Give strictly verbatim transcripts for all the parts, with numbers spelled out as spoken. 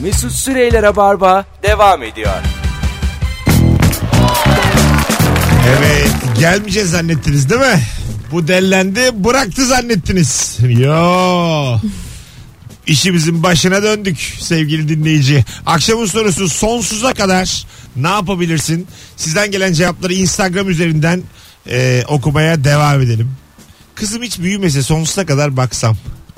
Mesut Süreyler'e barba devam ediyor. Evet, gelmeyeceğiz zannettiniz değil mi? Bu dellendi, bıraktı zannettiniz. Yo. İşimizin başına döndük sevgili dinleyici. Akşamın sorusu sonsuza kadar ne yapabilirsin? Sizden gelen cevapları Instagram üzerinden e, okumaya devam edelim. Kızım hiç büyümese sonsuza kadar baksam.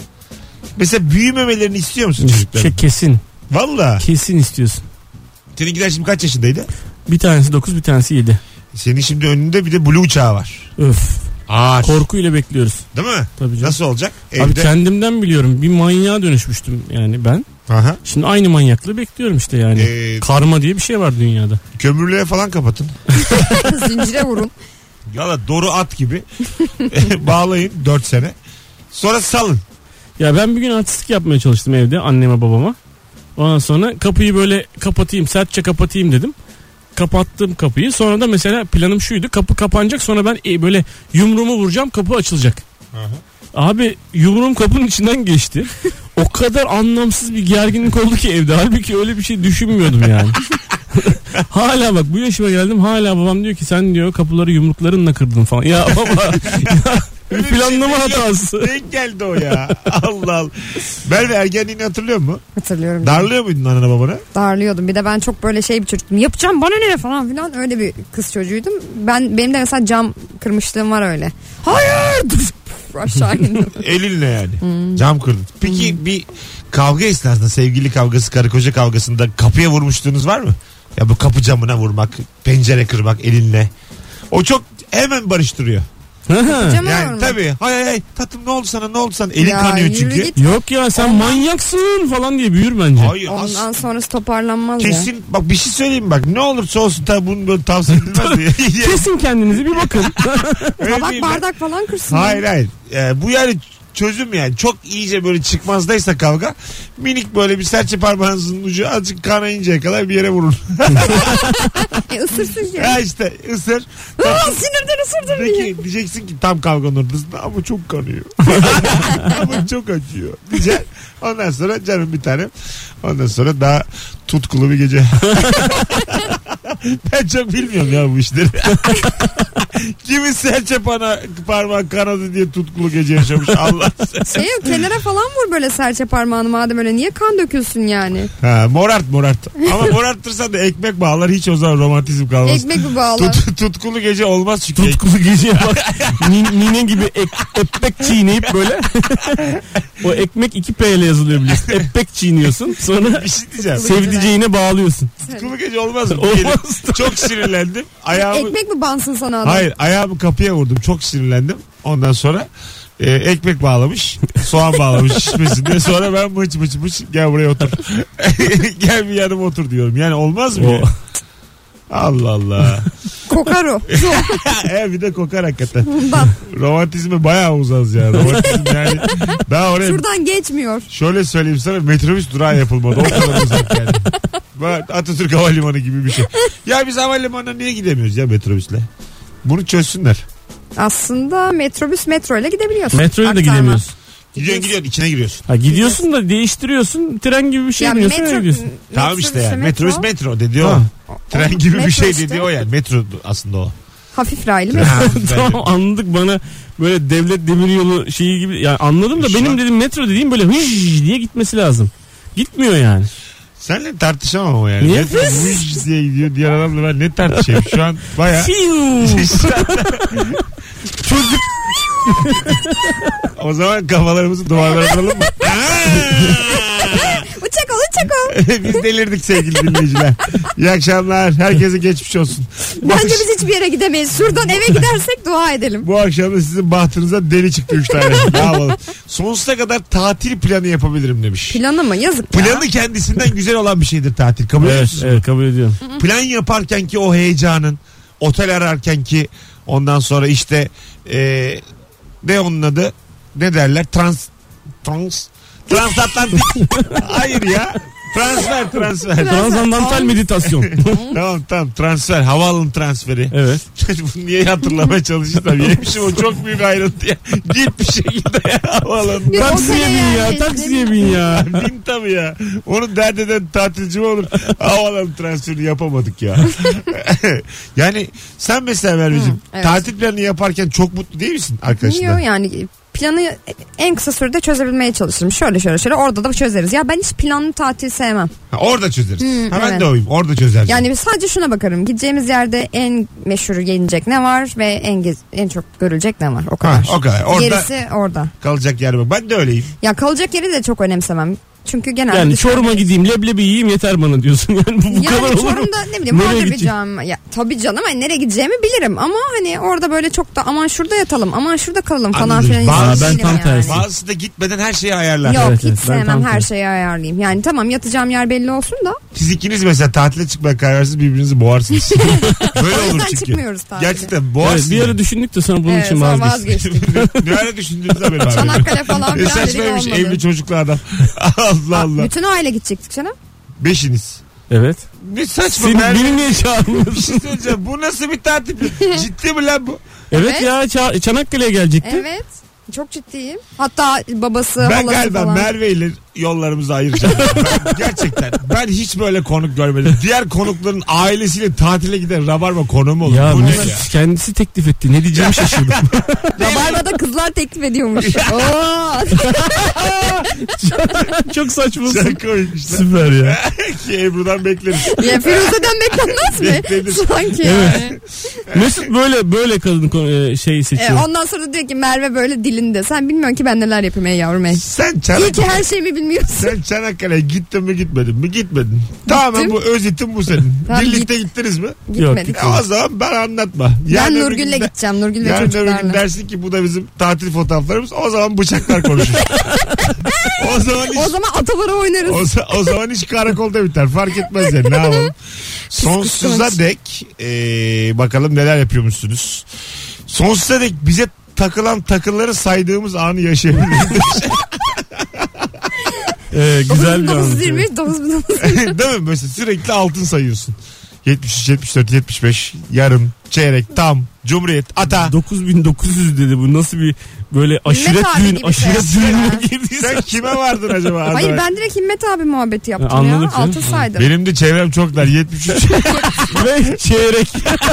Mesela büyümemelerini istiyor musun çocukların? Şey, kesin. Valla. Kesin istiyorsun. Seninkiler şimdi kaç yaşındaydı? Bir tanesi dokuz, bir tanesi yedi. Senin şimdi önünde bir de blue çağı var. Öf. Ağır. Korkuyla bekliyoruz. Değil mi? Tabii canım. Nasıl olacak? Abi Evde... kendimden biliyorum. Bir manyağa dönüşmüştüm yani ben. Aha. Şimdi aynı manyaklığı bekliyorum işte yani. Ee, Karma diye bir şey var dünyada. Kömürlüğe falan kapatın. Zincire vurun. Yala doğru at gibi bağlayın dört sene. Sonra salın. Ya ben bir gün artistlik yapmaya çalıştım evde anneme babama. Ondan sonra kapıyı böyle kapatayım, sertçe kapatayım dedim. Kapattım kapıyı. Sonra da mesela planım şuydu. Kapı kapanacak, sonra ben e, böyle yumruğumu vuracağım, kapı açılacak. Aha. Abi yumruğum kapının içinden geçti. O kadar anlamsız bir gerginlik oldu ki evde. Halbuki öyle bir şey düşünmüyordum yani. Hala bak bu yaşıma geldim, hala babam diyor ki sen diyor kapıları yumruklarınla kırdın falan. Ya baba ya, bir planlama şey hatası. Denk geldi o ya. Allah Allah. Merve ergenliğini hatırlıyor musun? Hatırlıyorum. Darlıyor muydun anana babana? Darlıyordum. Bir de ben çok böyle şey bir çocuktum. Yapacağım bana ne falan filan, öyle bir kız çocuğuydum. Ben benim de mesela cam kırmışlığım var öyle. Hayır! Aşağı indim. Elinle yani. Hmm. Cam kırdın. Peki hmm. bir kavga esnasında, sevgili kavgası, karı koca kavgasında kapıya vurmuşluğunuz var mı? Ya bu kapı camına vurmak, pencere kırmak elinle. O çok hemen barıştırıyor. Yani tabii. Hay hay hay tatlım ne oldu sana, ne oldu sana? Elin ya, kanıyor çünkü. Git. Yok ya sen ondan... manyaksın falan diye büyür bence. Hayır, ondan aslında... sonrası toparlanmaz kesin, ya. Bak bir şey söyleyeyim bak, ne olursa olsun tabi bunu böyle tavsiye edilmez diye. Kesin kendinizi bir bakın. Tabak bardak falan kırsın. Hayır ya. hayır. Ee, bu yani çözüm yani. Çok iyice böyle çıkmazdaysa kavga, minik böyle bir serçe parmağınızın ucu azıcık kanayıncaya kadar bir yere vurun. e ısırsın ya. Ya işte ısır. Aa, sinirden ısırdım diye. Diyeceksin ki tam kavganın ortasında ama çok kanıyor. Ama çok acıyor. Diyeceksin. Ondan sonra canım bir tane. Ondan sonra daha tutkulu bir gece. Ben çok bilmiyorum ya bu işleri. Kimi serçe pana, parmak kanadı diye tutkulu gece yaşamış Allah. Şey yok, kenara falan vur böyle serçe parmağını, madem öyle niye kan dökülsün yani. Ha, morart morart. Ama morarttırsan da ekmek bağlar, hiç o zaman romantizm kalmaz. Ekmek mi bağlar? Tut, tutkulu gece olmaz çünkü. Tutkulu geceye bak. Nine gibi ek, ekmek çiğneyip böyle. O ekmek iki P ile yazılıyor biliyorsun. Ekmek çiğniyorsun. Sonra bir şey diyeceğim. Sevdiceğine bağlıyorsun. Tutkulu gece olmaz mı? Olmaz. Çok sinirlendim. Ayağımı... Ekmek mi bansın sana adam? Hayır, ayağımı kapıya vurdum. Çok sinirlendim. Ondan sonra e, ekmek bağlamış. Soğan bağlamış şişmesin diye. Sonra ben mıç mıç mıç gel buraya otur. Gel bir yanıma otur diyorum. Yani olmaz mı? Ya? Allah Allah. Kokar o. e, bir de kokar hakikaten. Romantizme bayağı uzağız ya. Romantizm yani. Daha oraya... Şuradan geçmiyor. Şöyle söyleyeyim sana, metrobüs durağı yapılmadı. O kadar uzak yani. Atatürk Havalimanı gibi bir şey. Ya biz havalimanına niye gidemiyoruz ya metrobüsle? Bunu çözsünler. Aslında metrobüs metro ile gidebiliyorsun. Metroyla da gidemiyorsun. Gidiyorsun gidiyorsun içine giriyorsun. Ha, gidiyorsun da değiştiriyorsun, tren gibi bir şey ya biniyorsun, metro, gidiyorsun. Tamam işte yani metro. Metrobüs metro dedi o. Tren o, gibi bir şey işte. Dedi o yani. Metro aslında o. Hafif raylı metro. Tamam anladık, bana böyle devlet demiryolu şeyi gibi yani anladım da, Şu benim an... dediğim metro dediğim böyle hıj diye gitmesi lazım. Gitmiyor yani. Seninle tartışamam o yani. Niye? Metro hıj diye gidiyor diğer adamla ben ne tartışayım şu an baya. Çocuk. O zaman kafalarımızı duvarlara vuralım mı? Uçak ol uçak ol. Biz delirdik sevgili dinleyiciler. İyi akşamlar. Herkese geçmiş olsun. Bence biz hiçbir yere gidemeyiz. Şuradan eve gidersek dua edelim. Bu akşam da sizin bahtınıza deli çıktı üç tane. Ne yapalım? Sonsuza kadar tatil planı yapabilirim demiş. Planı mı? Yazık Planı ya. kendisinden güzel olan bir şeydir tatil. Kabul ediyor evet, musunuz? evet kabul ediyorum. Plan yaparken ki o heyecanın, otel ararken ki ondan sonra işte e, ne onun adı? Ne derler? Trans trans transatlantik. Hayır ya. Transfer transfer. Transandantal meditasyon. Tamam tamam transfer. Havaalanı transferi. Evet. Bunu niye hatırlamaya çalışırsam yemişim o çok büyük ayrıntı ya. Git bir şekilde ya havaalanı. Bir Taksiye otele bin ya, yerleştin. taksiye bin ya. Bin tabii ya. Onu dert eden tatilci mi olur? Havaalanı transferini yapamadık ya. Yani sen mesela Merveciğim Hı, evet. tatil planını yaparken çok mutlu değil misin arkadaşlar? Yok yani planı en kısa sürede çözebilmeye çalışırım. Şöyle şöyle şöyle orada da çözeriz. Ya ben hiç planlı tatil sevmem. Ha, orada çözeriz. Hı, ha, ben evet. de oyum. Orada çözeriz. Yani sadece şuna bakarım. Gideceğimiz yerde en meşhur yenecek ne var ve en gez- en çok görülecek ne var. O kadar. Ha, o kadar. Orada Gerisi orada. kalacak yer var. Ben de öyleyim. Ya kalacak yeri de çok önemsemem. Çünkü genelde Yani dışarıda- Çorum'a gideyim leblebi yiyeyim yeter bana diyorsun. Yani bu, bu Yani kadar olur mu? Çorum'da ne bileyim Nereye vardır bir gidecek? cami. Ya, tabii canım hani nereye gideceğimi bilirim ama hani orada böyle çok da aman şurada yatalım aman şurada kalalım falan Anladım. filan. Bazı- insan ben değilim tam yani. tersi. Bazısı da gitmeden her şeyi ayarlar. Yok Evet, hiç evet, ben sevmem tam her tersi. şeyi ayarlayayım. Yani tamam yatacağım yer belli olsun da. Siz ikiniz mesela tatile çıkmaya karar versiniz birbirinizi boğarsınız. Böyle O olur yüzden çünkü. çıkmıyoruz tatile. Gerçekten Evet, boğarsınız. bir ara düşündük de sonra bunun Evet, için sonra vazgeçtik. vazgeçtik. ne ara düşündüğünüz haberim var. Çanakkale falan Ne filan dedik saçmaymış olmadı. evli çocuklu adam. Allah Allah. Bütün aile gidecektik canım. Beşiniz. Evet. Ne saçma. Seni, Merve- beni niye Bir şey çağırmıyorsun? söyleyeceğim. Bu nasıl bir tatil? Ciddi mi lan bu? Evet, Evet. ya Ça- Çanakkale'ye gelecekti. Evet. Çok ciddiyim. Hatta babası, Ben halası galiba falan. Merve ile yollarımızı ayıracağım. Ben, gerçekten. Ben hiç böyle konuk görmedim. Diğer konukların ailesiyle tatile giden Rabarba konuğu mu olur? Ya bu ne Mesut ya? kendisi teklif etti. Ne diyeceğimi şaşırdım. Rabarba'da kızlar teklif ediyormuş. Oo. Çok saçmasın. Çok koymuş lan. Süper ya. Ki Ebru'dan bekleriz. Ya Firuze'den beklenmez mi? Beklenir. Sanki Evet. yani. Mesut böyle böyle kadın ko- e, şeyi E, seçiyor. ondan sonra diyor ki Merve böyle dilinde. Sen bilmiyorsun ki ben neler yapayım ey yavrum ey. Sen İyi ki Çanakkale, her şeyimi bilmiyorsun. sen Çanakkale'ye gittin mi gitmedin mi? Gitmedin. Tamamen bu özetin bu senin. Tamam, Birlikte gittiniz mi? Gitmedik. E, o zaman ben anlatma. Ben Yarın öbür Nurgül'le gün de- gideceğim. Nurgül ve Yarın öbür gün çocuklarla. dersin ki bu da bizim tatil fotoğraflarımız. O zaman bıçaklar konuşur. o zaman iş, O zaman atalara oynarız. o, za- o zaman iş karakolda biter. Fark etmez yani ne yapalım. Sonsuza kıskanç. dek e, bakalım neler yapıyormuşsunuz. Sonsuza dek bize takılan takıları saydığımız anı yaşayabiliriz. Ee, güzel bir dokuz anlatı. yüz yirmi üç, dokuz bin dokuz yüz yirmi. Değil mi? Mesela sürekli altın sayıyorsun. yetmiş üç, yetmiş dört, yetmiş beş, yarım, çeyrek, tam, cumhuriyet, ata. dokuz bin dokuz yüz dedi bu nasıl bir böyle aşiret abi düğün gibi aşiret şey. düğününe Ha. girdiysen. Sen kime vardın acaba? Hayır Adana? ben direkt Himmet abi muhabbeti yaptım Ha, anladık ya. canım. Altı saydım. Benim de çevrem çok dar. yetmiş üç, Ve çeyrek.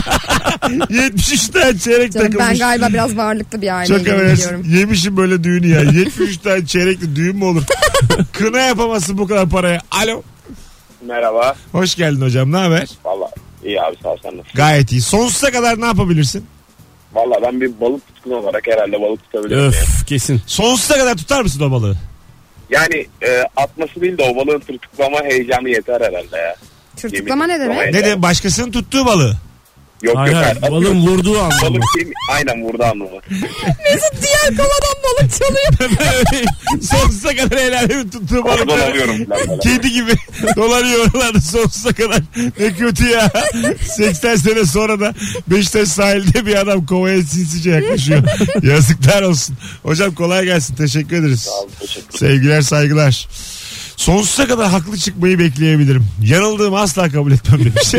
yetmiş üç tane çeyrek Canım, ben takılmış. galiba biraz varlıklı bir aileye Çok gidiyorum. affedersin. Yemişim böyle düğünü ya. yetmiş üç tane çeyrekli düğün mü olur? Kına yapamazsın bu kadar paraya. Alo. Merhaba. Hoş geldin hocam. Ne haber? Valla iyi abi sağ ol sen nasılsın? Gayet iyi. Sonsuza kadar ne yapabilirsin? Valla ben bir balık tutkunu olarak herhalde balık tutabilirim. Yani. Öf kesin. Sonsuza kadar tutar mısın o balığı? Yani e, atması değil de o balığın tırtıklama heyecanı yeter herhalde ya. Tırtıklama ne demek? Yemin- Ne de başkasının tuttuğu balığı. Yok Hayır yok. hayır. hayır. Balın vurduğu anlamı. Balık değil mi? Aynen vurdu anlamı. Mesut diğer koladan balık çalıyor. Sonsuza kadar el alemin tuttuğu Oradan balıkları. alıyorum falan böyle. Kedi gibi dolanıyor oralarda sonsuza kadar. Ne kötü ya. seksen sene sonra da Beşiktaş sahilde bir adam kovaya sinsice yaklaşıyor. Yazıklar olsun. Hocam kolay gelsin. Teşekkür ederiz. Sağ olun, teşekkür ederim. Sevgiler saygılar. Sonsuza kadar haklı çıkmayı bekleyebilirim. Yanıldığımı asla kabul etmem demiş.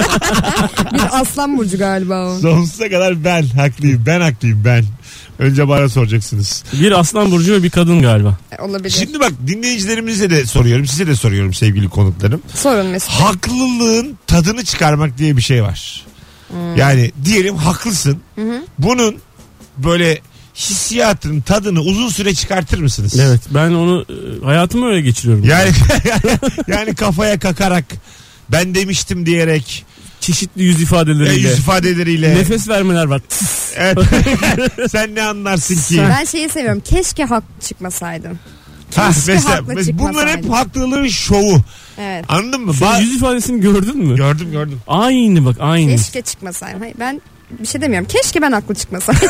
Bir aslan burcu galiba o. Sonsuza kadar ben haklıyım. Ben haklıyım ben. Önce bana soracaksınız. Bir aslan burcu ve bir kadın galiba. E, Olabilir. Şimdi bak dinleyicilerimize de soruyorum. Size de soruyorum sevgili konuklarım. Sorun Mesut. Haklılığın tadını çıkarmak diye bir şey var. Yani diyelim haklısın. Bunun böyle hissiyatın tadını uzun süre çıkartır mısınız? Evet ben onu e, hayatımı öyle geçiriyorum. Yani yani kafaya kakarak ben demiştim diyerek Çeşitli yüz e, ifadeleriyle. yüz ifadeleriyle. Nefes vermeler var. Tıs. Evet. Sen ne anlarsın ki? Ben şeyi seviyorum. Keşke hak çıkmasaydım. Ha, Keşke mesela, haklı mesela bunlar hep çıkmasaydım. haklılığın şovu. Evet. Anladın mı? Şu Ba- yüz ifadesini gördün mü? gördüm gördüm. Aynı bak aynı. Keşke çıkmasaydım. Hayır, ben bir şey demiyorum. Keşke ben haklı çıkmasaydım.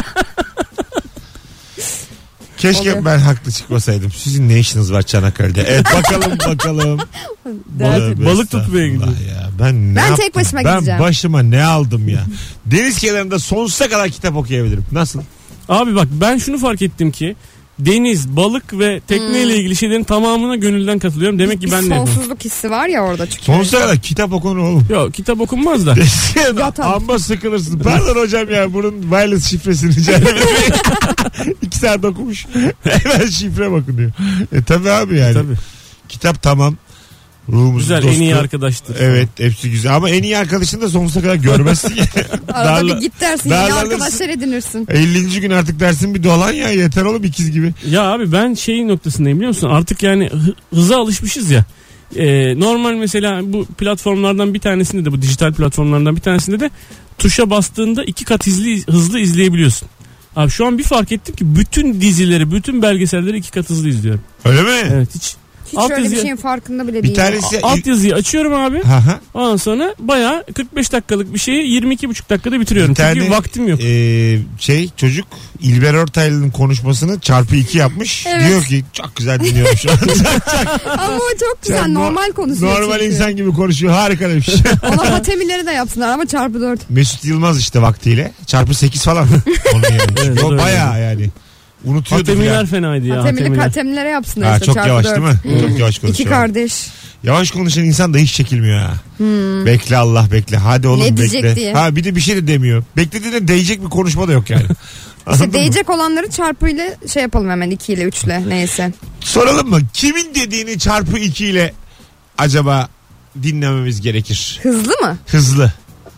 Keşke Oluyor. ben haklı çıkmasaydım. Sizin ne işiniz var Çanakkale'de? Evet bakalım bakalım. Balık- balık tutmaya gidiyor. Estağfurullah ya. Ben ne Ben tek yaptım? başıma ben gideceğim. başıma ne aldım ya? Deniz kenarında sonsuza kadar kitap okuyabilirim. Nasıl? Abi bak ben şunu fark ettim ki deniz, balık ve tekneyle ilgili şeylerin tamamına gönülden katılıyorum. Demek ki Bir ben de yapıyorum. sonsuzluk hissi var ya orada çünkü. Sonsuza kadar kitap okunur oğlum. Yok, kitap okunmaz da. Yat abi. Amma sıkılırsın. Pardon hocam ya bunun wireless şifresini rica ederim. İki saat okumuş. Hemen şifre bakın diyor. E tabi abi yani. Tabii. Kitap tamam. Ruhumuzun Güzel, dostu. en iyi arkadaştır. Evet hepsi güzel ama en iyi arkadaşını da sonsuza kadar görmezsin. Arada Darla- bir git dersin yeni darlanırsın. arkadaşlar edinirsin. ellinci gün artık dersin bir dolan ya yeter oğlum ikiz gibi. Ya abi ben şeyin noktasındayım biliyor musun? Artık yani hı- hıza alışmışız ya. Ee, normal mesela bu platformlardan bir tanesinde de, bu dijital platformlardan bir tanesinde de tuşa bastığında iki kat hızlı, hızlı izleyebiliyorsun. Abi şu an bir fark ettim ki bütün dizileri, bütün belgeselleri iki kat hızlı izliyorum. Öyle mi? Evet, hiç. Hiç Alt öyle bir yazı- şeyin farkında bile Bir değilim. tanesi... Alt yazıyı açıyorum abi. Ha ha. Ondan sonra bayağı kırk beş dakikalık bir şeyi yirmi iki buçuk dakikada bitiriyorum. Bir tane, Çünkü vaktim yok. e, şey çocuk İlber Ortaylı'nın konuşmasını çarpı iki yapmış. Evet. Diyor ki çok güzel dinliyorum şu an. Ama o çok güzel Sen normal konuşuyor Normal çünkü. insan gibi konuşuyor. Harika demiş. Ona hatemileri de yapsınlar ama çarpı dört. Mesut Yılmaz işte vaktiyle. Çarpı sekiz falan. Onun yani. Evet, o öyle. bayağı yani. Unutuyordu Hatemiler filan. fenaydı ya. Hatemili, Hatemiler. hatemilere yapsınlar Ha, işte çok çarpı yavaş dört. değil mi? Çok yavaş İki konuşuyor. kardeş. Yavaş konuşan insan da hiç çekilmiyor ha. Bekle Allah bekle. Hadi oğlum Ne bekle. diyecek diye. Ha bir de bir şey de demiyor. Beklediğinde değecek bir konuşma da yok yani. Anladın İşte mı? değecek olanları çarpıyla şey yapalım hemen iki ile üçle neyse. Soralım mı? Kimin dediğini çarpı iki ile acaba dinlememiz gerekir? Hızlı mı? Hızlı.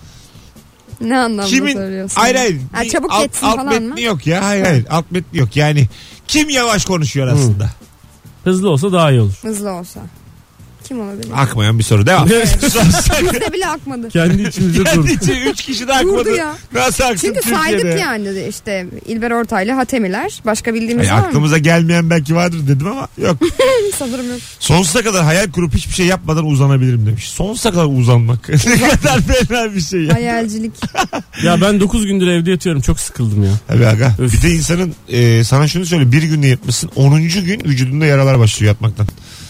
Ne anlamda Kimin? söylüyorsun? Hayır hayır. Ha, Bir çabuk alt, geçsin alt falan mı? metni yok ya. Hayır hayır. Alt metni yok. Yani kim yavaş konuşuyor aslında? Hızlı olsa daha iyi olur. Hızlı olsa. Kim olabilir? Akmayan bir soru. Devam. Bizde bile akmadı. Kendi içimizde Kendi durdu. için üç kişi de akmadı. Durdu ya. Nasıl aksın Çünkü Türkiye'de? saydık yani işte İlber Ortaylı, Hatemiler. Başka bildiğimiz Ay, var mı? aklımıza gelmeyen belki vardır dedim ama yok. Sanırım yok. Sonsuza kadar hayal kurup hiçbir şey yapmadan uzanabilirim demiş. Sonsuza kadar uzanmak. ne kadar fena bir şey ya. Hayalcilik. Ya ben dokuz gündür evde yatıyorum. Çok sıkıldım ya. Tabii aga. Öf. Bir de insanın e, sana şunu söyle bir günde yatmışsın. onuncu gün vücudunda yaralar başlıyor yatmaktan.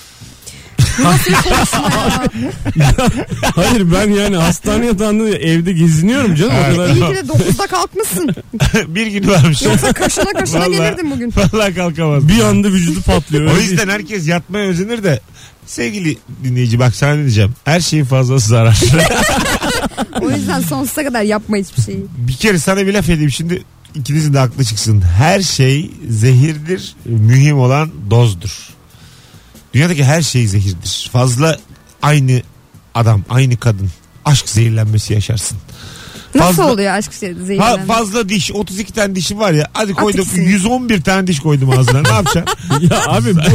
Hayır ben yani hastane yatağında evde geziniyorum canım. O kadar. İyi ki de dokuzda kalkmışsın. bir gün varmış. Yoksa kaşına kaşına Vallahi- gelirdin bugün. Vallahi kalkamaz. Bir anda vücudu patlıyor. O Öyle yüzden herkes yatmaya özenir de sevgili dinleyici bak sana ne diyeceğim. Her şeyin fazlası zarar. O yüzden sonsuza kadar yapma hiçbir şeyi. Bir kere sana bir laf edeyim şimdi ikinizin de aklı çıksın. Her şey zehirdir. Mühim olan dozdur. Dünyadaki her şey zehirdir. Fazla aynı adam, aynı kadın aşk zehirlenmesi yaşarsın. Nasıl Fazla- oluyor aşk şey Ha, zehirlenme? fazla diş otuz iki tane dişim var ya hadi At koydum ikisini. yüz on bir tane diş koydum ağzına ne yapacaksın? Ya abi bu,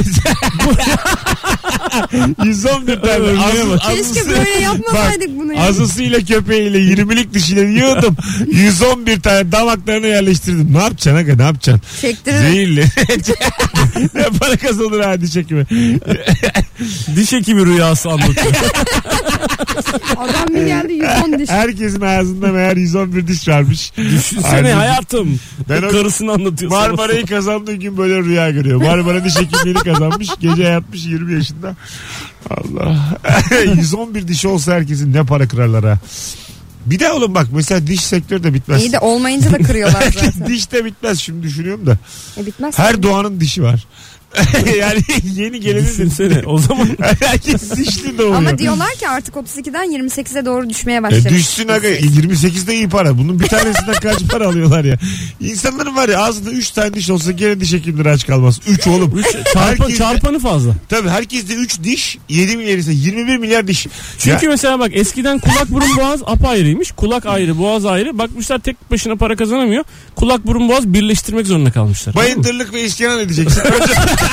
yüz on bir tane Örneğe azı, bak. azısı- Keşke böyle yapmasaydık bunu ya. azısıyla köpeğiyle yirmilik dişiyle yiyordum. yüz on bir tane damaklarına yerleştirdim. Ne yapacaksın aga ne yapacaksın? Çektirir. Zehirli. Ne para kazanır ha diş hekimi. diş hekimi rüyası anlatıyor. Adam bir geldi yüz on diş. Herkesin ağzında meğer yüz on bir diş varmış. Düşünsene Halbuki hayatım. Ben o- Karısını anlatıyor. sana. Marmara'yı kazandığı gün böyle rüya görüyor. Marmara diş hekimliğini kazanmış. Gece yatmış yirmi yaşında. Allah. yüz on bir dişi olsa herkesin ne para kırarlar ha. Bir de oğlum bak mesela diş sektörü de bitmez. İyi de olmayınca da kırıyorlar zaten. Diş de bitmez şimdi düşünüyorum da. E bitmez. Her doğanın dişi var. yani yeni gelenin Düşünsene o zaman. herkes dişli doğuyor. Ama diyorlar ki artık otuz ikiden yirmi sekize doğru düşmeye E başlamış. düşsün aga yirmi sekizde iyi para. Bunun bir tanesinden kaç para alıyorlar ya. İnsanların var ya ağzında üç tane diş olsa gene diş hekimleri aç kalmaz. üç oğlum. Çarpa, Herkeste- çarpanı fazla. Tabii herkeste üç diş yedi milyar ise yirmi bir milyar diş. Çünkü Ya, mesela bak eskiden kulak burun boğaz apayrıymış. Kulak ayrı, boğaz ayrı. Bakmışlar tek başına para kazanamıyor. Kulak burun boğaz birleştirmek zorunda kalmışlar. bayındırlık ve iskenan edeceksin. Önce...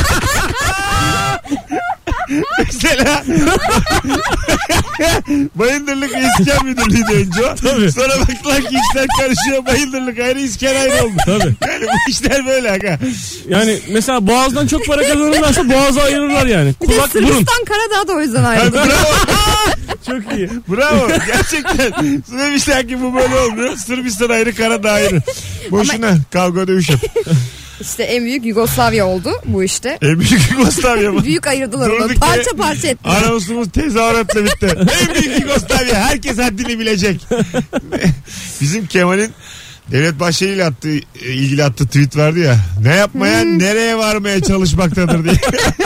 Mesela Bayındırlık ve İskan Müdürlüğü'ydü önce o. Tabii. Sonra baktılar ki işler karışıyor. Bayındırlık ayrı iskan ayrı oldu. Tabii. Yani bu işler böyle aga. Yani mesela boğazdan çok para kazanırlarsa boğazı ayırırlar yani. Bir de Kulak burun. Sırbistan Karadağ da o yüzden Hadi ayrıldı. bravo. Çok iyi. Bravo. Gerçekten. Demişler ki bu böyle olmuyor. Sırbistan ayrı, Karadağ ayrı. Boşuna kavga dövüş yap. İşte en büyük Yugoslavya oldu bu işte. En büyük Yugoslavya mı? Büyük ayırdılar onu. Durduk Parça yere- parça ettiler. Anonsumuz tezahüratla bitti. En büyük Yugoslavya. Herkes haddini bilecek. Bizim Kemal'in Devlet Bahçeli ile attığı, ilgili attığı tweet vardı ya. Ne yapmaya hmm. nereye varmaya çalışmaktadır diye.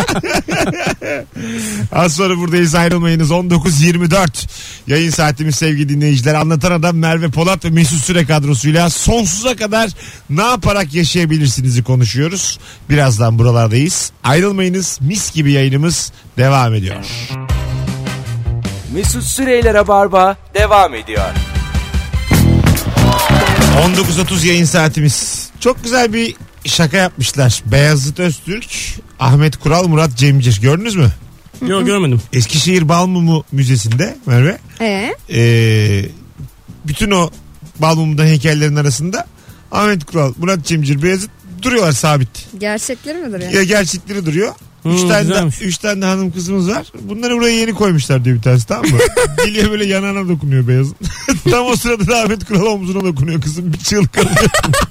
Az sonra buradayız, ayrılmayınız. on dokuz yirmi dört yayın saatimiz sevgili dinleyiciler. Anlatan Adam Merve Polat ve Mesut Süre kadrosuyla sonsuza kadar ne yaparak yaşayabilirsinizi konuşuyoruz. Birazdan buralardayız. Ayrılmayınız. Mis gibi yayınımız devam ediyor. Mesut Süreyler'e barba devam ediyor. on dokuz otuz yayın saatimiz. Çok güzel bir şaka yapmışlar. Beyazıt Öztürk, Ahmet Kural, Murat Cemcir. Gördünüz mü? Yok, görmedim. Eskişehir Balmumu Müzesi'nde Merve. Ee? Ee, bütün o Balmum'da heykellerin arasında Ahmet Kural, Murat Cemcir, Beyazıt duruyorlar sabit. Gerçekleri mi duruyor? Ya gerçekleri duruyor. Hmm, üç tane de, güzelmiş. üç tane de hanım kızımız var. Bunları buraya yeni koymuşlar diyor bir tanesi, tamam mı? Geliyor böyle yanağına dokunuyor Beyazıt. Tam o sırada da Ahmet Kural omzuna dokunuyor, kızım bir çığlık alıyor.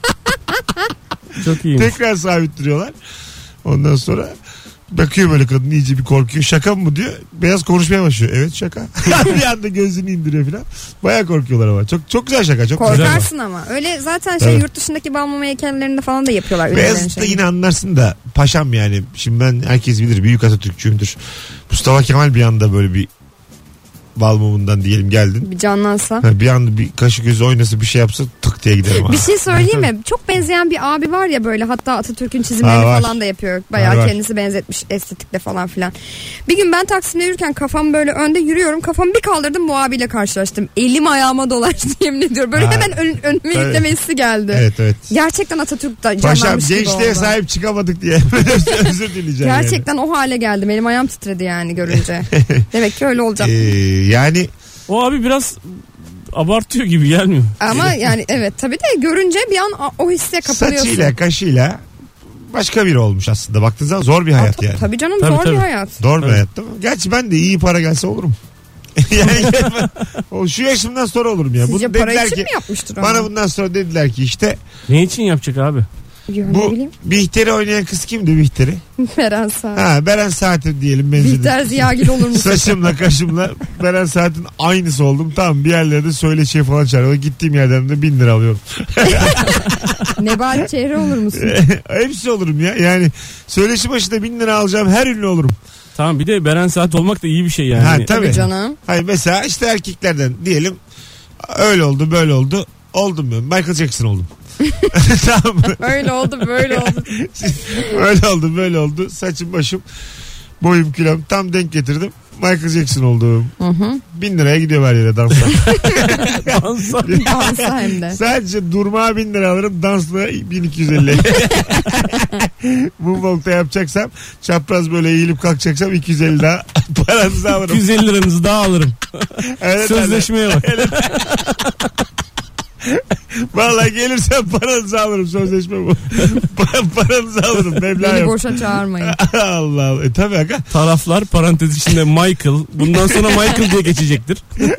Çok iyi. Tekrar sabit duruyorlar. Ondan sonra bakıyor böyle kadın, iyice bir korkuyor. Şaka mı bu diyor. Beyaz konuşmaya başlıyor. Evet şaka. Bir anda gözünü indiriyor falan. Baya korkuyorlar ama. Çok çok güzel şaka. Çok Korkarsın güzel ama. Öyle zaten şey, evet. Yurt dışındaki Balmumu heykellerinde falan da yapıyorlar. Beyazıt'ta yine anlarsın da paşam yani. Şimdi ben, herkes bilir, büyük Atatürkçüyümdür. Mustafa Kemal bir anda böyle bir Balmumundan diyelim geldin. Bir canlansa. Ha, bir anda bir kaşı gözü oynasa, bir şey yapsa tık diye giderim. Bir şey söyleyeyim mi? Çok benzeyen bir abi var ya böyle, hatta Atatürk'ün çizimlerini ha, falan da yapıyor. Bayağı var, var. kendisi benzetmiş estetikle falan filan. Bir gün ben Taksim'de yürürken kafam böyle önde yürüyorum. Kafamı bir kaldırdım, bu abiyle karşılaştım. Elim ayağıma dolaştı yemin ediyorum. Böyle ha. hemen ön, önüme Tabii. yüklemesi geldi. Evet evet. Gerçekten Atatürk'te Paşam canlanmış gibi oldu. gençliğe sahip çıkamadık diye özür dileyeceğim. Gerçekten yani. O hale geldim. Elim ayağım titredi yani görünce. Demek ki öyle olacak. Ee, yani O abi biraz abartıyor gibi gelmiyor. Ama yani evet, tabii de görünce bir an o hisse kapılıyorsun. saçıyla kaşıyla başka biri olmuş aslında. Baktığınız zaman zor bir hayat Aa, yani. Tabii canım, Tabii, zor tabii. bir hayat. Zor bir Evet. hayat değil mi? Gerçi ben de iyi para gelse olurum. Yani o şu yaşımdan sonra olurum ya. Sizce Bunu para dediler için ki, mi yapmıştır bana onu? bundan sonra dediler ki işte Ne için yapacak abi? Yo, ne bu bileyim. Bihter'i oynayan kız kimdi Bihter'i? Beren Saat. Ha, Beren Saat'e diyelim benzedim. Bihter Ziyagil olur mu? Saçımla kaşımla Beren Saat'in aynısı oldum. Tamam, bir yerlerde söyle şey falan çağırıyorlar. Gittiğim yerden de bin lira alıyorum. Nebahat Çehre olur musun? Hepsi olurum ya. Yani söyleşi başında bin lira alacağım her ünlü olurum. Tamam, bir de Beren Saat olmak da iyi bir şey yani. Ha, Hani- tabii. Tabii canım. Hayır, mesela işte erkeklerden diyelim öyle oldu böyle oldu. Oldum ben. Michael Jackson oldum. Tamam mı? Öyle oldu böyle oldu. Öyle oldu böyle oldu. Saçım başım boyum kilom tam denk getirdim. Michael Jackson oldum. Hı hı. Bin liraya gidiyor her yere dansa. Dansa. Dansa hem de. Sadece durmaya bin lira alırım. Dansla bin iki yüz elli. Moonwalk'ta yapacaksam, çapraz böyle eğilip kalkacaksam iki yüz elli daha paranızı alırım. iki yüz elli liranızı daha alırım. Evet, Sözleşmeye bak. vallahi gelirsem paranızı alırım, sözleşme bu. Paranızı alırım, meblağ Beni yok. boşa çağırmayın. Allah Allah. E tabii aga. Taraflar parantez içinde Michael. Bundan sonra Michael diye geçecektir.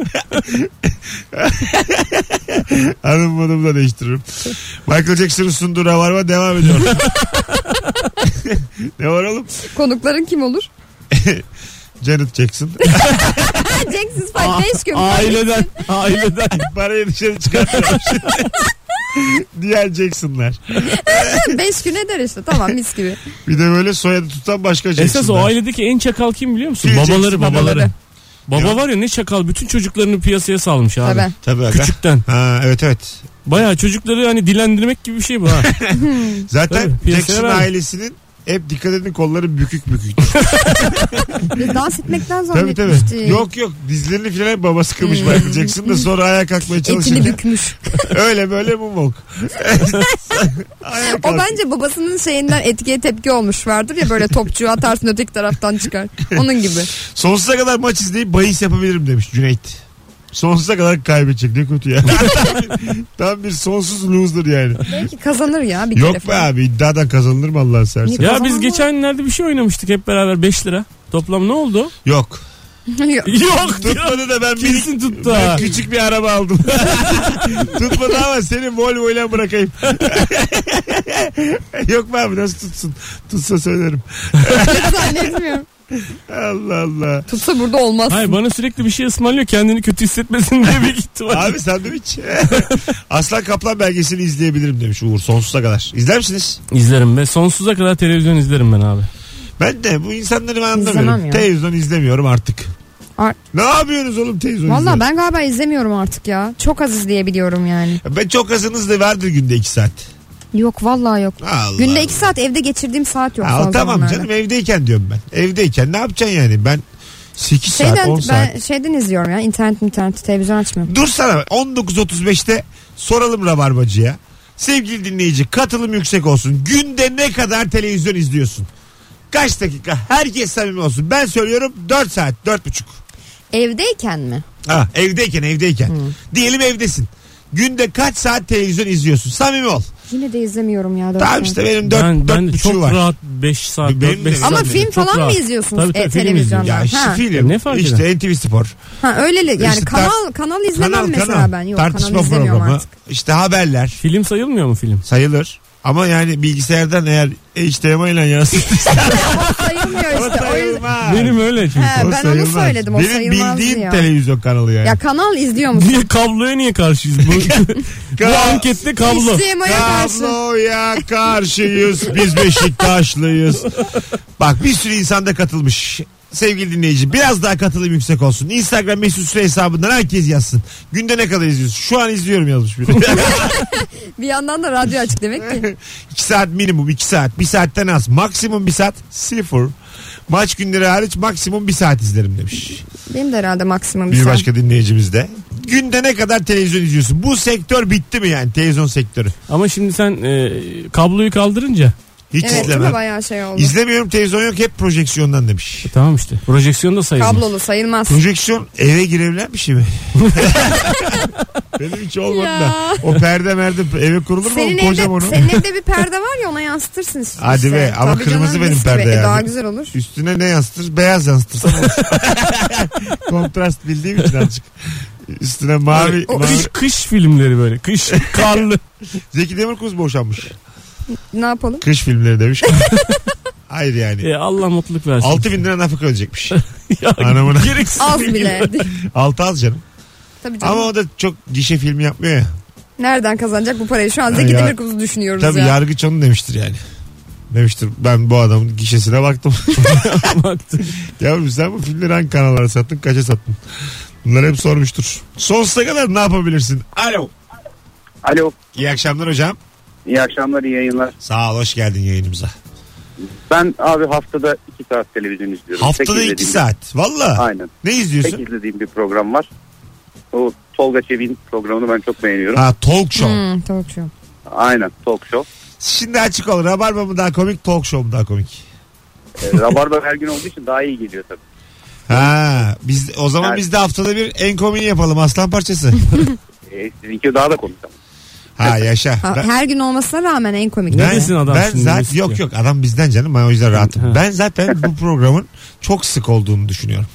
Hanım hanımla değiştiririm. Michael Jackson'ın sunduğu Ravarva devam ediyor. Ne var oğlum? Konukların kim olur? Janet Jackson. Jackson Five beş gün. Aileden. Aileden. Parayı dışarı çıkartırım. Diğer Jackson'lar. beş gün eder işte, tamam, mis gibi. Bir de böyle soyadı tutan başka Jackson'lar. Esas o ailedeki en çakal kim biliyor musun? Phil Babaları Jackson, babaları. babaları. Baba var ya, ne çakal, bütün çocuklarını piyasaya salmış abi. Tabii. Tabii aga. Küçükten. Ha, evet evet. Bayağı çocukları hani dilendirmek gibi bir şey bu ha. Zaten Tabii, piyasaya Jackson vermiş. ailesinin hep dikkat edin kolları bükük bükük. Biz dans etmekten Tabii tabii. zannetmiştik. Yok yok, dizlerini filan hep babası kımış Michael Jackson da sonra ayağa kalkmaya Etini çalışınca. bükmüş. Öyle böyle moonwalk. Ayağa O kalk. bence babasının şeyinden etkiye tepki olmuş, vardır ya böyle, topçuyu atarsın öteki taraftan çıkar. Onun gibi. Sonsuza kadar maç izleyip bahis yapabilirim demiş Cüneyt. Sonsuza kadar kaybedecek, ne kötü ya. tam, bir, tam bir sonsuz loser yani. Belki kazanır ya bir kere Yok be falan. abi, iddiadan kazanılır mı Allah'ın seversen? Ne- Ya Kazanma biz mı? geçenlerde bir şey oynamıştık hep beraber, beş lira. Toplam ne oldu? Yok. Yok. Tutmadı da ben Kesin minik- tuttu ben ha. küçük bir araba aldım. Tutmadı ama seni Volvo ile bırakayım. Yok mu abi, nasıl tutsun? Tutsa söylerim. Zannetmiyorum. Allah Allah. Tutsa burada olmaz. Hayır, bana sürekli bir şey ısmarlıyor kendini kötü hissetmesin diye bir ihtimal. Abi sandviç. Aslan Kaplan belgesini izleyebilirim demiş Uğur sonsuza kadar. İzler misiniz? İzlerim be. Sonsuza kadar televizyon izlerim ben abi. Ben de bu insanları ben İzlemem anlamıyorum. ya. Televizyon izlemiyorum artık. Ar- Ne yapıyorsunuz oğlum televizyon Valla izleyin? ben galiba izlemiyorum artık ya. Çok az izleyebiliyorum yani. Ben çok azınız da vardır günde iki saat. Yok vallahi yok. Allah Günde Allah. iki saat evde geçirdiğim saat yok. Ha, son tamam zamanlarda. canım, evdeyken diyorum ben. Evdeyken ne yapacaksın yani? Ben sekiz saat Şeyden, on saat. ben şeyden izliyorum ya. İnternet internet televizyon açmıyorum. Dur sana on dokuz otuz beşte soralım Rabarbacı'ya. Sevgili dinleyici, katılım yüksek olsun. Günde ne kadar televizyon izliyorsun? Kaç dakika? Herkes samimi olsun. Ben söylüyorum dört saat, dört buçuk. Evdeyken mi? Ha, evdeyken evdeyken. Diyelim evdesin. Günde kaç saat televizyon izliyorsun? Samimi ol. Yine de izlemiyorum ya. dört Tamam saat. işte benim dört, Ben, ben dört de buçuğu çok var. rahat beş saat, Benim dört beş de. saat. Ama yani. film Çok falan rahat. mı izliyorsunuz Tabii, tabii, e, film televizyonda? Ya işte Ha. film, Ne fark işte eder? N T V Spor. Ha öyle yani İşte kanal tar- kanal izlemem Kanal mesela kanal. ben. Yok Tartışma kanal izlemiyorum programı. artık. İşte haberler. Film sayılmıyor mu film? Sayılır. Ama yani bilgisayardan eğer H D M I ile yansıtırsa Sayılmıyor o işte. O yüzden... sayılmaz. Benim öyle çünkü. He, O ben onu sayılmaz. söyledim, o Benim sayılmaz bildiğin ya. televizyon kanalı yani. Ya kanal izliyor musun? Niye kabloya niye karşıyız? Bu, bu Ka- ankette kablo. H D M I'ye karşı. Kabloya karşıyız. Biz Beşiktaşlıyız. Bak bir sürü insan da katılmış. Sevgili dinleyici, biraz daha katılım yüksek olsun. Instagram Mesut Süre hesabından herkes yazsın. Günde ne kadar izliyorsun? Şu an izliyorum yazmış biri. Bir yandan da radyo açık demek ki. iki saat minimum, iki saat. Bir saatten az. Maksimum bir saat sıfır. Maç günleri hariç maksimum bir saat izlerim demiş. Benim de herhalde maksimum bir Bir saat. başka dinleyicimiz de. Günde ne kadar televizyon izliyorsun? Bu sektör bitti mi yani, televizyon sektörü? Ama şimdi sen e, kabloyu kaldırınca Hiç Evet değil mi, izlemem. bayağı şey oldu. İzlemiyorum, televizyon yok, hep projeksiyondan demiş. e, tamam işte. Projeksiyon da sayılmaz. Kablolu sayılmaz. Projeksiyon eve girebilen bir şey mi? Benim hiç olmadı da. Ya. O perde merde eve kurulur mu? Senin Kocam evde, onu. senin evde bir perde var ya, ona yansıtırsın işte. Hadi be, ama Tabii kırmızı canım, benim mis gibi. perde E, yani. Daha güzel olur. Üstüne ne yansıtır? Beyaz yansıtırsam olur. Kontrast bildiğim için azıcık. Üstüne mavi. O mavi. kış, kış filmleri böyle. Kış karlı. Zeki Demirkubuz boşanmış. Ne yapalım? Kış filmleri demiş. Hayır yani. E, Allah mutluluk versin. altı bin lira nafaka ödeyecekmiş. Ya, Anamına. gereksiz Az değil. bile. altı az canım. Tabii canım. Ama o da çok gişe filmi yapmıyor ya. Nereden kazanacak bu parayı? Şu an Zeki Ya- Demirkubuz'u düşünüyoruz Tabii ya. yargıç onu demiştir yani. Demiştir, ben bu adamın gişesine baktım. Baktım. Yavrum sen bu filmleri hangi kanallara sattın, kaça sattın? Bunları hep sormuştur. Sonsuza kadar ne yapabilirsin? Alo. Alo. İyi akşamlar hocam. İyi akşamlar, iyi yayınlar. Sağ ol, hoş geldin yayınımıza. Ben abi haftada iki saat televizyon izliyorum. Haftada Tek iki izlediğim- saat. Valla. Aynen. Ne Tek izliyorsun? izlediğim bir program var. O Tolga Çevik'in programını ben çok beğeniyorum. Ha, talk show. Hmm, talk show. Aynen, talk show. Şimdi açık ol. Rabarba mı daha komik, talk show mu daha komik? Ee, Rabarba her gün olduğu için daha iyi geliyor tabii. Ha, biz o zaman Evet. biz de haftada bir en komiğini yapalım, aslan parçası. Ee, sizinki daha da komik ama. Ha yaşa. Ha, Ben- her gün olmasına rağmen en komik. Ne desin adam ben şimdi, zaten Mesut yok ya? yok adam bizden canım, ben o yüzden rahatım. Ha. Ben zaten bu programın çok sık olduğunu düşünüyorum.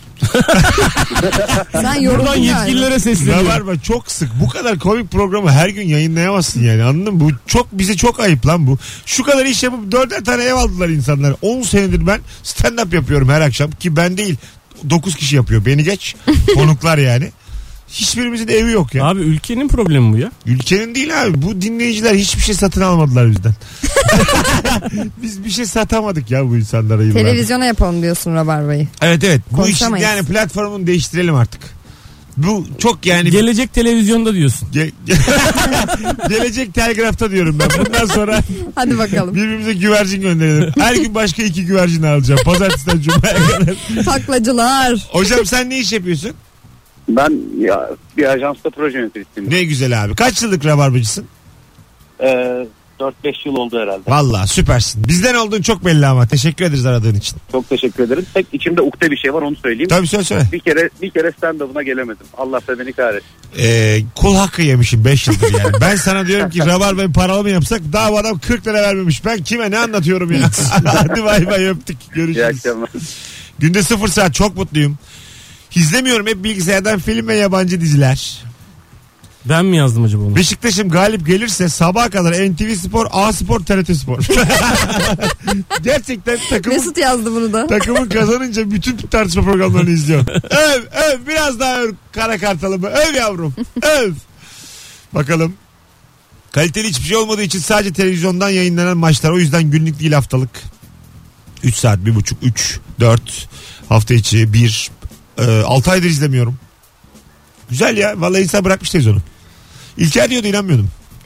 Sen Buradan yoruldun galiba. yetkililere sesleniyorum. Rabarba çok sık. Bu kadar komik programı her gün yayınlayamazsın yani, anladın mı? Bu çok, bize çok ayıp lan bu. Şu kadar iş yapıp dörder tane ev aldılar insanlar. on senedir ben stand up yapıyorum her akşam, ki ben değil dokuz kişi yapıyor. Beni geç. Konuklar yani. Hiçbirimizin evi yok ya. Abi ülkenin problemi bu ya. Ülkenin değil abi. Bu dinleyiciler hiçbir şey satın almadılar bizden. Biz bir şey satamadık ya bu insanlara yıllardır. Televizyona yapalım diyorsun Rabarba'yı. Evet evet. Bu işin Konuşamayız. yani platformunu değiştirelim artık. Bu çok yani... Gelecek televizyonda diyorsun. Ge- Gelecek telgrafta diyorum ben. Bundan sonra Hadi bakalım. birbirimize güvercin gönderelim. Her gün başka iki güvercin alacağım. Pazartesi'den Cuma'ya kadar. Taklacılar. Hocam sen ne iş yapıyorsun? Ben ya, bir ajansta proje yöneticisiyim. Ne güzel abi. Kaç yıllık rabarbacısın? Ee, dört beş yıl oldu herhalde. Valla süpersin. Bizden olduğun çok belli ama. Teşekkür ederiz aradığın için. Çok teşekkür ederim. Tek içimde ukde bir şey var, onu söyleyeyim. Tabii söyle söyle. Bir kere bir kere stand-up'ına gelemedim. Allah da beni kahretsin. Ee, kul hakkı yemişim beş yıldır yani. Ben sana diyorum ki Rabarba'yı paralı mı yapsak, daha bu adam kırk lira vermemiş. Ben kime ne anlatıyorum ya. Hadi bay bay, öptük. İyi Görüşürüz. akşamlar. Günde sıfır saat çok mutluyum. İzlemiyorum, hep bilgisayardan film ve yabancı diziler. Ben mi yazdım acaba onu? Beşiktaş'ım galip gelirse sabaha kadar N T V Spor, A Spor, T R T Spor. Gerçekten takımın, Mesut yazdı bunu da. takımın kazanınca bütün tartışma programlarını izliyor. Öv öv biraz daha öv Kara Kartal'ımı. Öv yavrum öv. Bakalım. Kaliteli hiçbir şey olmadığı için sadece televizyondan yayınlanan maçlar. O yüzden günlük değil, haftalık. üç saat, bir buçuk, üç, dört, hafta içi bir, altı aydır izlemiyorum. Güzel ya. Vallahi insan bırakmış televizyonu. İlker diyordu, inanmıyordum.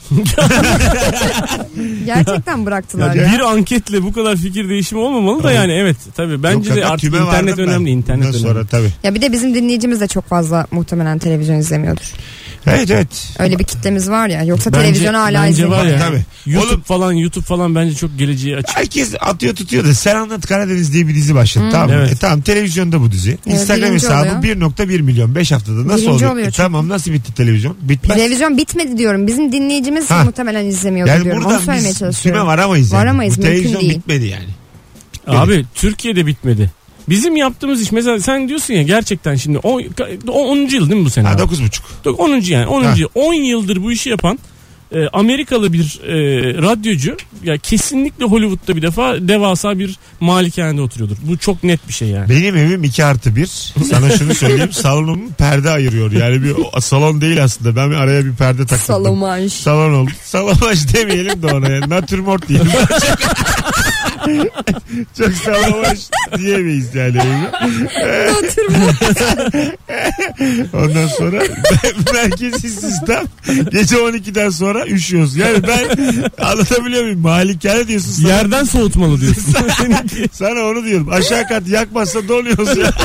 Gerçekten bıraktılar Ya, ya. Bir anketle bu kadar fikir değişimi olmamalı da yani evet tabii bence Yok, de yok, artık küme internet vardım ben. önemli, internet Bundan önemli. sonra tabii. Ya bir de bizim dinleyicimiz de çok fazla muhtemelen televizyon izlemiyordur. Evet evet. Öyle bir kitlemiz var ya. Yoksa Bence- televizyon hala bence izleniyor. var ya. Tabii. YouTube Oğlum- falan YouTube falan bence çok geleceği açık. Herkes atıyor tutuyor da Sen Anlat Karadeniz diye bir dizi başladı, tamam mı? Evet. E, tamam, televizyonda bu dizi. Instagram birinci hesabı oluyor. bir nokta bir milyon beş haftada nasıl Birinci oluyor? oluyor E, çünkü. tamam, nasıl bitti televizyon? Bitmez. Televizyon bitmedi diyorum. Bizim dinleyicimiz Ha. muhtemelen izlemiyordur Yani diyorum. Onu buradan söylemeye biz çalışıyorum. küme varamayız. Yani. Varamayız, Bu mümkün televizyon değil. bitmedi yani. Abi Türkiye'de bitmedi. Bizim yaptığımız iş mesela sen diyorsun ya gerçekten şimdi o onuncu yıl değil mi bu sene? Ha, abi? dokuz buçuk. onuncu yani onuncu Ha. yıl. on yıldır bu işi yapan e, Amerikalı bir e, radyocu ya kesinlikle Hollywood'da bir defa devasa bir malikanede oturuyordur. Bu çok net bir şey yani. Benim evim iki artı bir. Sana şunu söyleyeyim. Salonumu perde ayırıyor. Yani bir o- salon değil aslında. Ben bir araya bir perde taktım. Salomaj. Salon oldu. Salomaj demeyelim de ona yani. Natürmort diyelim. Çok salomaj diyemeyiz yani. Ondan sonra merkezi sistem gece on ikiden sonra üşüyoruz. Yani ben anlatabiliyor muyum? Malikane diyorsun. Sana, Yerden soğutmalı diyorsun. sana onu diyorum. Aşağı kat yakmazsa donuyoruz ya.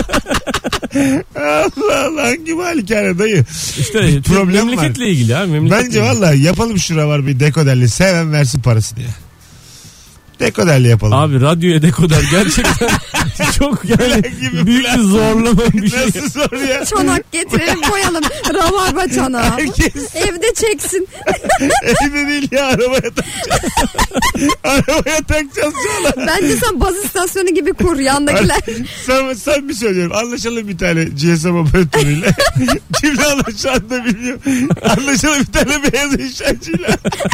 Allah Allah, hangi malikane dayı? İşte Problem memleketle ilgili abi. Memleketle Bence ilgili. vallahi yapalım şura var bir dekoderli. Seven versin parasını ya. Dekoderli yapalım. Abi radyoya dekoder gerçekten çok yani Gibi büyük bir zorlama bir şey. Nasıl zor ya? Çanak getirelim koyalım. Rabarba çanağı. Herkes Evde çeksin. evde değil ya, arabaya takacağız. Arabaya takacağız çala. Bence sen baz istasyonu gibi kur yandakiler. Sen, sen mi söylüyorum? Anlaşalım bir tane G S M operatörüyle. Kimle anlaşacağını da bilmiyor. Anlaşalım bir tane beyaz eşyacıyla.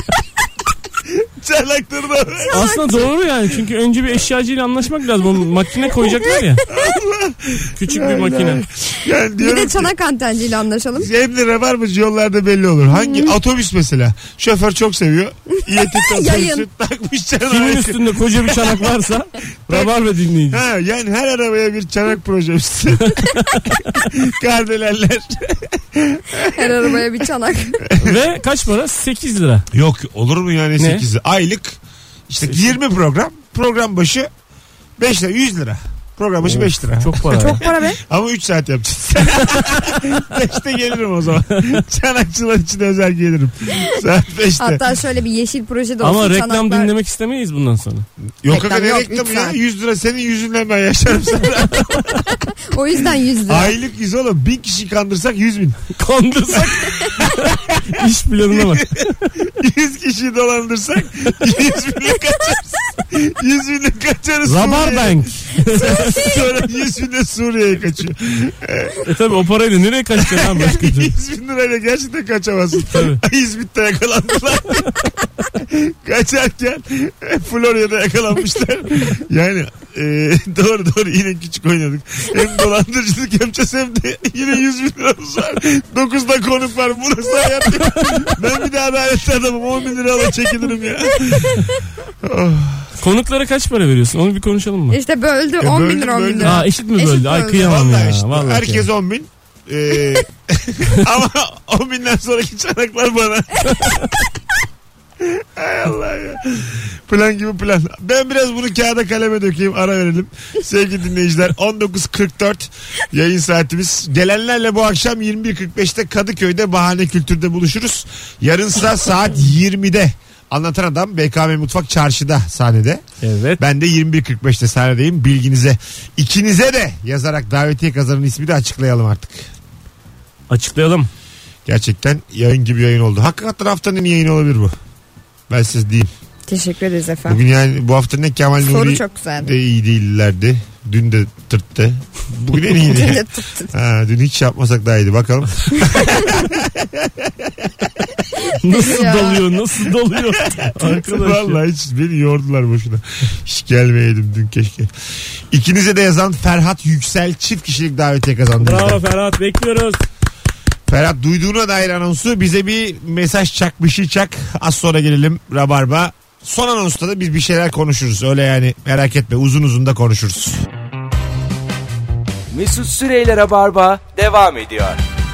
Çanakları da ver. Aslında doğru yani çünkü önce bir eşyacıyla anlaşmak lazım. O makine koyacaklar ya. Küçük bir makine. Yani Bir diyorum de ki, çanak antenciyle anlaşalım. hem de rabarbacı yollarda belli olur. Hangi otobüs mesela? Şoför çok seviyor. İETT otobüsü Yayın. takmış Kimin çanağı. üstünde koca bir çanak varsa rabarba dinleyici. Ha, yani her arabaya bir çanak projesi. Kardelerler. Her arabaya bir çanak. Ve kaç para? sekiz lira. Yok olur mu yani Ne? sekizi? Aylık işte yirmi program. Program başı beş lira, yüz lira. Program başı beş lira. Çok para. ya. Çok para be. Ama üç saat yapacağız. beşte gelirim o zaman. Çanakçılar için özel gelirim. Saat beşte. Hatta şöyle bir yeşil proje de olsun. Ama reklam çanaklar- dinlemek istemeyiz bundan sonra. Yok reklam aga, ne yok, reklamı üç ya? saat. yüz lira senin yüzünden ben yaşarım sana. O yüzden yüz lira. Aylık yüz oğlum. Bin kişi kandırsak yüz bin. Kandırsak. İş planına bak. Yüz kişiyi dolandırsak yüz binle kaçarız. Yüz binle kaçarız. Rabarbank. Sonra yüz binle Suriye'ye kaçıyor. E tabi o parayla nereye kaçacaksın abi başka türlü? yüz bin lirayla gerçekten kaçamazsın. Tabii. İzmit'te yakalandılar. Kaçarken Florya'da yakalanmışlar. Yani e, doğru doğru yine küçük oynadık. Hem dolandırıcılık yapacağız hem de yine yüz bin liramız var. dokuzda konuk var. Burası hayat. Ben bir de adaletli adamım. on bin lira ala çekilirim ya. Oh. Konuklara kaç para veriyorsun? Onu bir konuşalım mı? İşte böldü E, on bin böldüm, lira on bin böldüm. lira. Aa eşit mi Eşit böldü? Ay böldü. kıyamam Vallahi ya. işte, Vallahi herkes kıyamam. on bin. Ee, ama on binden sonraki çanaklar bana. Hay Allah ya. Plan gibi plan. Ben biraz bunu kağıda kaleme dökeyim, ara verelim. Sevgili dinleyiciler, on dokuz kırk dört yayın saatimiz. Gelenlerle bu akşam yirmi bir kırk beşte Kadıköy'de Bahane Kültür'de buluşuruz. Yarınsa saat yirmide Anlatan Adam B K M Mutfak Çarşı'da sahnede. Evet. Ben de yirmi bir kırk beşte sahnedeyim, bilginize. İkinize de yazarak davetiye kazanan ismi de açıklayalım artık. Açıklayalım. Gerçekten yayın gibi yayın oldu. Hakikaten haftanın en iyi yayını olabilir bu. Ben size diyeyim. Teşekkür ederiz efendim. Bugün yani bu hafta ne Kemal Soru Nuri çok güzeldi. de iyi değillerdi. Dün de tırttı. Bugün en iyiydi. Dün de tırttı. Ha, dün hiç yapmasak daha iyiydi. Bakalım. Nasıl Ya. dalıyor nasıl dalıyor. Arkadaş ya. Vallahi hiç beni yordular boşuna. Hiç gelmeyeydim dün keşke. İkinize de yazan Ferhat Yüksel çift kişilik davetiye kazandı. Bravo Ferhat, bekliyoruz. Ferhat, duyduğuna dair anonsu bize bir mesaj çak, bir şey çak. Az sonra gelelim Rabarba. Son anonsta da biz bir şeyler konuşuruz. Öyle yani, merak etme, uzun uzun da konuşuruz. Mesut Süreyler'e barba devam ediyor.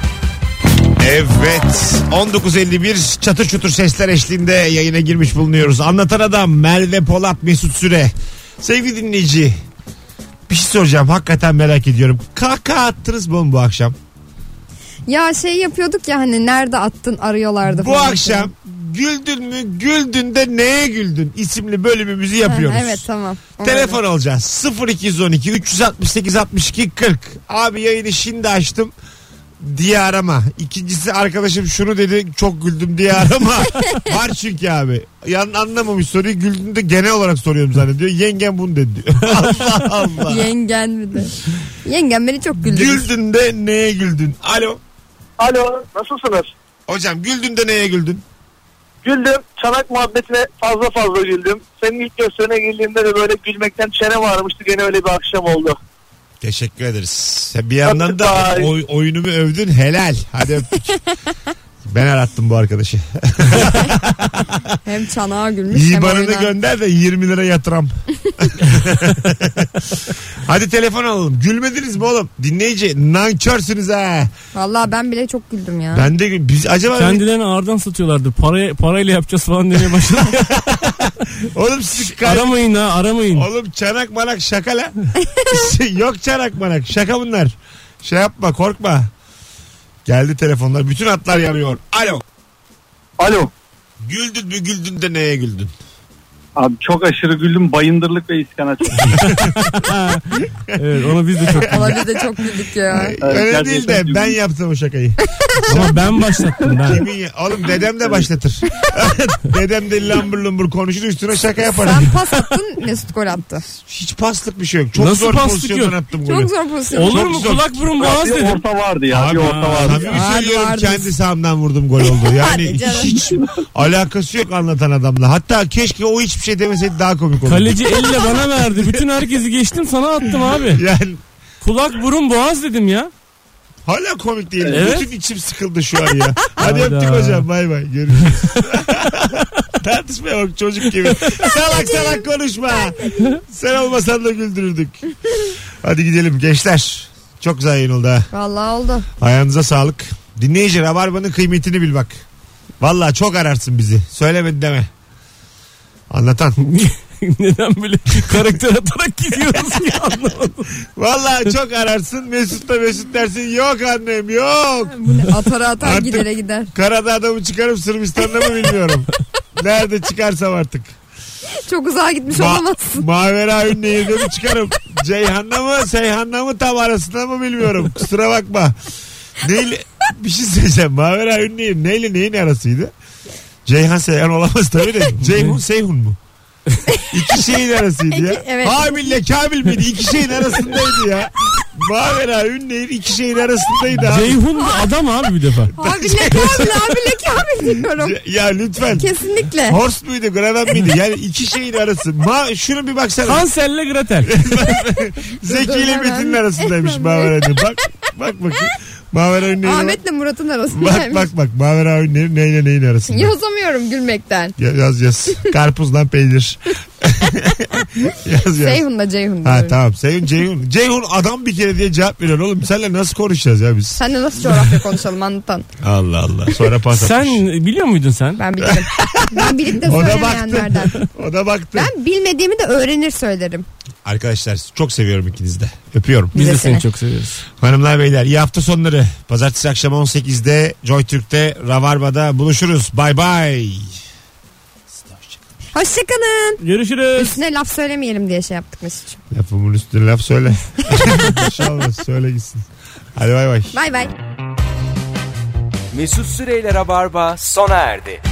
Evet, on dokuz elli bir çatır çutur sesler eşliğinde yayına girmiş bulunuyoruz. Anlatan Adam Merve Polat, Mesut Süre. Sevgili dinleyici, bir şey soracağım, hakikaten merak ediyorum. Kahkaha attınız mı bu akşam? Ya şey yapıyorduk ya hani nerede attın arıyorlardı. Bu falan. akşam güldün mü, güldün de neye güldün isimli bölümümüzü yapıyoruz. Ha, evet tamam. O Telefon öyle. alacağız. sıfır iki on iki üç altı sekiz altmış iki kırk. Abi yayını şimdi açtım diye arama. İkincisi, arkadaşım şunu dedi çok güldüm diye arama. Var çünkü abi. Yan anlamamış soruyu, güldüğünde genel olarak soruyorum zannediyor. Yengem bunu dedi diyor. Allah Allah. Yengen mi de? Yengen beni çok güldü. Güldün de neye güldün? Alo. Alo, nasılsınız? Hocam, güldün de neye güldün? Güldüm. Çanak muhabbetine fazla fazla güldüm. Senin ilk gösterine girdiğimde de böyle gülmekten çenem ağrımıştı. Gene öyle bir akşam oldu. Teşekkür ederiz. Sen bir yandan da Bye. oy- oyunumu övdün, helal. Hadi öptük. Ben arattım bu arkadaşı. Hem çanağa gülmüş hem İban'ını oyuna. gönder de yirmi lira yatıram. Hadi telefon alalım. Gülmediniz mi oğlum? Dinleyici nankörsünüz ha. Vallahi ben bile çok güldüm ya. Ben de biz acaba Kendilerini ağırdan satıyorlardı. Paraya, parayla yapacağız falan demeye başladı. oğlum siz kay- Aramayın ha, aramayın. Oğlum çanak manak şaka la. Yok çanak manak şaka bunlar. Şey yapma, korkma. Geldi telefonlar, bütün hatlar yanıyor. Alo. Alo. Güldün mü, güldün de neye güldün? Abi çok aşırı güldüm. Bayındırlık ve iskana çok. Evet, onu biz de çok. Valla biz de çok güldük ya. Öyle gerçekten değil de güldüm. ben yaptım o şakayı. Ama ben başlattım ben. Kimin ya? Oğlum dedem de başlatır. Dedem de lambur lumbur konuşur, üstüne şaka yapar. Sen pas attın Mesut gol attı. Hiç paslık bir şey yok. Çok Nasıl zor paslık pozisyondan yok? attım golü. Çok zor pozisyon. Olur Çok mu? zor. Kulak burun boğaz Bir dedim. orta vardı ya. Abi, bir orta vardı. samimi Abi söylüyorum, vardı. kendi sahamdan vurdum, gol oldu. Yani Hadi canım. hiç alakası yok anlatan adamla. Hatta keşke o hiçbir şey demeseydi, daha komik olurdu. Kaleci elle bana verdi. Bütün herkesi geçtim, sana attım abi. Yani Kulak burun boğaz dedim ya. hala komik değil. Evet. Bütün içim sıkıldı şu an ya. Hadi Hayda. öptük hocam, bay bay. Görüşürüz. Tartışmaya bak çocuk gibi. Salak salak konuşma. Sen olmasan da güldürürdük. Hadi gidelim gençler. Çok güzel yayın oldu ha. Vallahi oldu. Ayağınıza sağlık. Dinleyici, Rabarba'nın kıymetini bil bak. Vallahi çok ararsın bizi. Söylemedi deme. Anlatan. Neden böyle karakter atarak gidiyoruz ya, anlamadım. Vallahi çok ararsın. Mesut da Mesut dersin. Yok annem yok. Bu ne? Atara atar Artık- gidere gider. Karadağ'da mı çıkarım, Sırbistan'da mı bilmiyorum. Nerede çıkarsam artık. Çok uzağa gitmiş Ma- olamazsın. Mavera Ünlü'yü mi çıkarım? Ceyhan'da mı Seyhan'da mı tam arasında mı bilmiyorum. Kusura bakma. Neyle, bir şey söyleyeceğim. Mavera Ünlü'yü neyle neyin arasıydı? Ceyhan Seyhan olamaz tabii de. Ceyhun Seyhun mu? İki şeyin arasıydı ya. Evet. Habil'le Kamil miydi? İki şeyin arasındaydı ya. Mavera Ünlü'nün iki şeyin arasındaydı abi. Ceyhun bir adam abi bir defa. Abile kamil abile kamil diyorum. Ya lütfen. Kesinlikle. Horst muydu, Graven miydi? Yani iki şeyin arası. Ma şunu bir baksana. Hansel'le Gretel. Zeki ile Metin'in arasındaymış Mavera Ünlü. Bak bak bakayım. Mavera Ünlü'nün bak. Ahmet'le Murat'ın Bak arasındaymış. bak bak. Mavera Ünlü'nün neyle neyin arasında. Yazamıyorum gülmekten. Ya- Yaz yaz. Karpuzdan peynir. Yaz yaz. Seyhun'la Ceyhun Ha diyorum. tamam. Seyhun Ceyhun. Ceyhun adam bir kere diye cevap veriyor oğlum. Seninle nasıl konuşacağız ya biz? Seninle nasıl coğrafya konuşalım anlatan. Allah Allah. Sonra pas Sen atmış. biliyor muydun sen? Ben bilirim. Ben bilip de O da söylemeyenlerden. baktı. O da baktı. Ben bilmediğimi de öğrenir söylerim. Arkadaşlar çok seviyorum ikinizi de. Öpüyorum. Biz de Bize seni seni. çok seviyoruz. Hanımlar beyler, iyi hafta sonları. Pazartesi akşam on sekizde Joy Türk'te Rabarba'da buluşuruz. Bay bay. Hoşçakalın. Görüşürüz. Üstüne laf söylemeyelim diye şey yaptık Mesut'cum. Lafımın üstüne laf söyle. Bir şey olmaz, söyle gitsin. Hadi bay bay. Bay bay. Mesut Süreyler'e barba sona erdi.